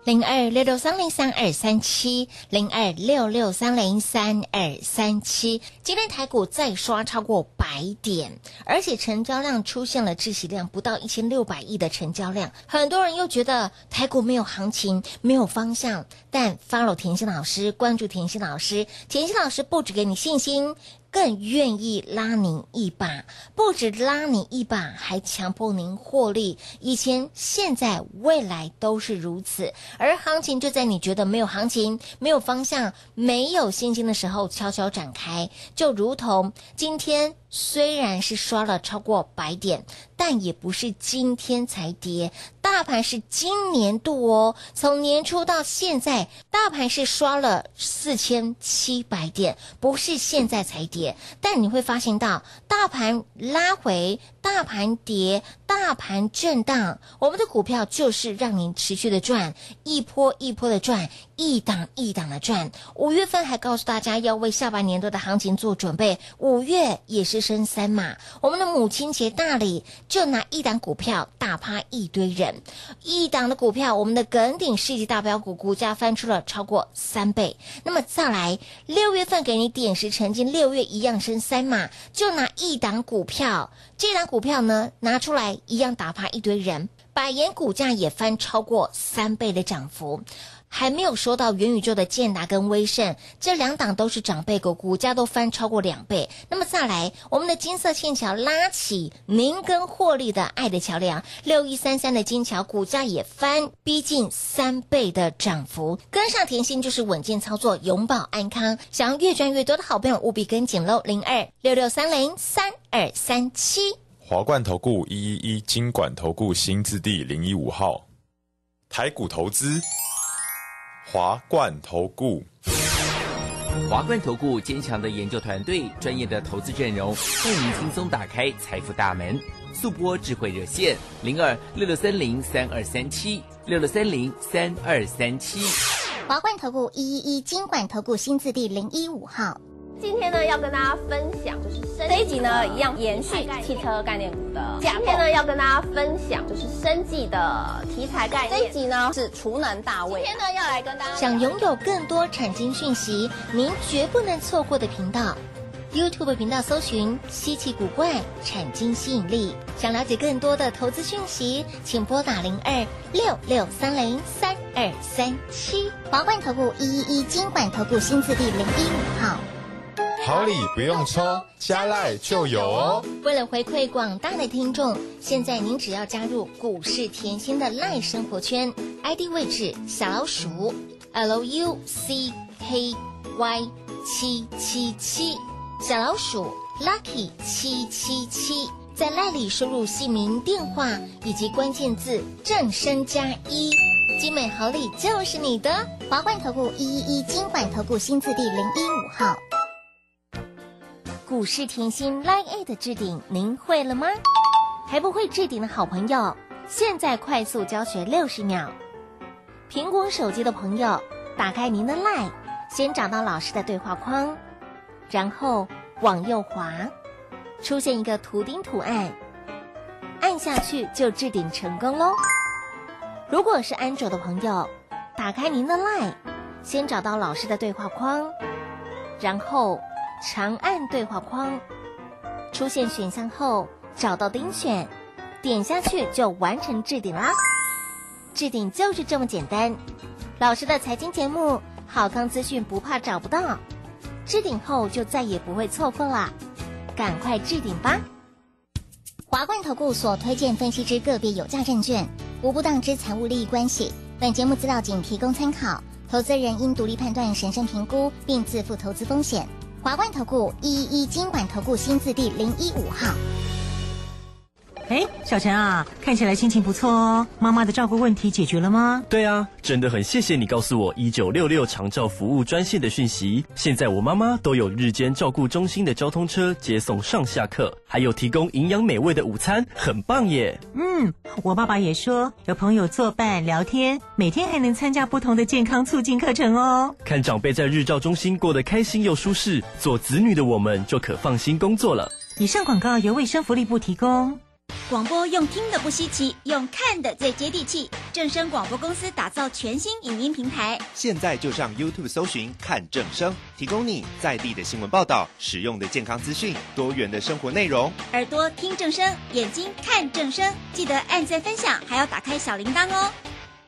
0266303237，0266303237。今天台股再刷超过100点，而且成交量出现了窒息量，不到1600亿的成交量。很多人又觉得台股没有行情，没有方向，但 follow 甜心老师，关注甜心老师，甜心老师不只给你信心，更愿意拉您一把，不止拉你一把，还强迫您获利。以前、现在、未来都是如此。而行情就在你觉得没有行情、没有方向、没有信心的时候悄悄展开。就如同今天虽然是刷了超过100点，但也不是今天才跌，大盘是今年度哦，从年初到现在，大盘是刷了4700点，不是现在才跌。但你会发现到大盘拉回，大盘跌，大盘震荡，我们的股票就是让您持续的赚，一波一波的赚，一档一档的赚。5月份还告诉大家要为下半年度的行情做准备，5月也是升3码。我们的母亲节大礼就拿一档股票打趴一堆人，一档的股票，我们的耿鼎世纪大标股股价翻出了超过3倍。那么再来6月份给你点石成金，6月一样升3码，就拿一档股票，这档股票呢拿出来一样打趴一堆人，百元股价也翻超过3倍的涨幅。还没有说到元宇宙的建达跟威盛，这2档都是长辈股，股价都翻超过2倍。那么再来，我们的金色线桥拉起您跟获利的爱的桥梁，6133的金桥股价也翻逼近3倍的涨幅。跟上甜心就是稳健操作，永保安康。想要越赚越多的好朋友，务必跟紧喽，0266303237。 华冠投顾111金管投顾新字第015号，台股投资。华冠投顾， 华冠投顾坚强的研究团队，专业的投资阵容，带您轻松打开财富大门。速播智慧热线0266303237，66303237。 华冠投顾111金管投顾新字第015号。 今天呢，要跟大家分享就是这一集呢，一样延续汽车概念股的。今天呢，要跟大家分享就是生技的题材概念。这一集呢是储能大位。今天呢，要来跟大家想拥有更多产经讯息，您绝不能错过的频道。YouTube 频道搜寻稀奇古怪产经吸引力。想了解更多的投资讯息，请拨打0266303237。 华冠投顾111金管投顾新字第015号。 好礼不用抽，加赖就有哦。 为了回馈广大的听众，现在您只要加入股市甜心的赖生活圈 ，ID 位置小老鼠 LUCKY777，小老鼠 Lucky 777，在赖里输入姓名、电话以及关键字正声+1，精美好礼就是你的。 华冠投顾111金管投顾新字第015号。 股市甜心 Line 的置顶，您会了吗？还不会置顶的好朋友，现在快速教学60秒。苹果手机的朋友，打开您的 Line， 先找到老师的对话框，然后往右滑，出现一个图钉图案，按下去就置顶成功咯。如果是安卓的朋友，打开您的 Line， 先找到老师的对话框，然后长按对话框，出现选项后找到钉选，点下去就完成置顶啦。置顶就是这么简单，老师的财经节目好康资讯不怕找不到，置顶后就再也不会错过啦，赶快置顶吧。 华冠投顾所推荐分析之个别有价证券，无不当之财务利益关系，本节目资料仅提供参考，投资人应独立判断、审慎评估并自负投资风险。华冠投顾111金管投顾新字第015号。 哎，小陈啊，看起来心情不错哦。妈妈的照顾问题解决了吗？ 对啊，真的很谢谢你告诉我1966长照服务专线的讯息。现在我妈妈都有日间照顾中心的交通车接送上下课，还有提供营养美味的午餐，很棒耶。 我爸爸也说有朋友作伴聊天，每天还能参加不同的健康促进课程哦。 看长辈在日照中心过得开心又舒适，做子女的我们就可放心工作了。 以上广告由卫生福利部提供。 广播用听的不稀奇，用看的最接地气。正声广播公司打造全新影音平台， 现在就上 YouTube 搜寻看正声，提供你在地的新闻报道、实用的健康资讯、多元的生活内容。 耳朵听正声，眼睛看正声，记得按赞分享，还要打开小铃铛哦。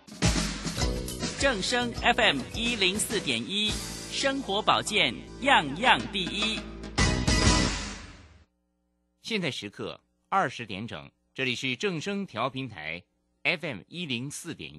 正声 FM 104.1，生活保健样样第一。现在时刻20点整，这里是正声调频台 FM 104.1。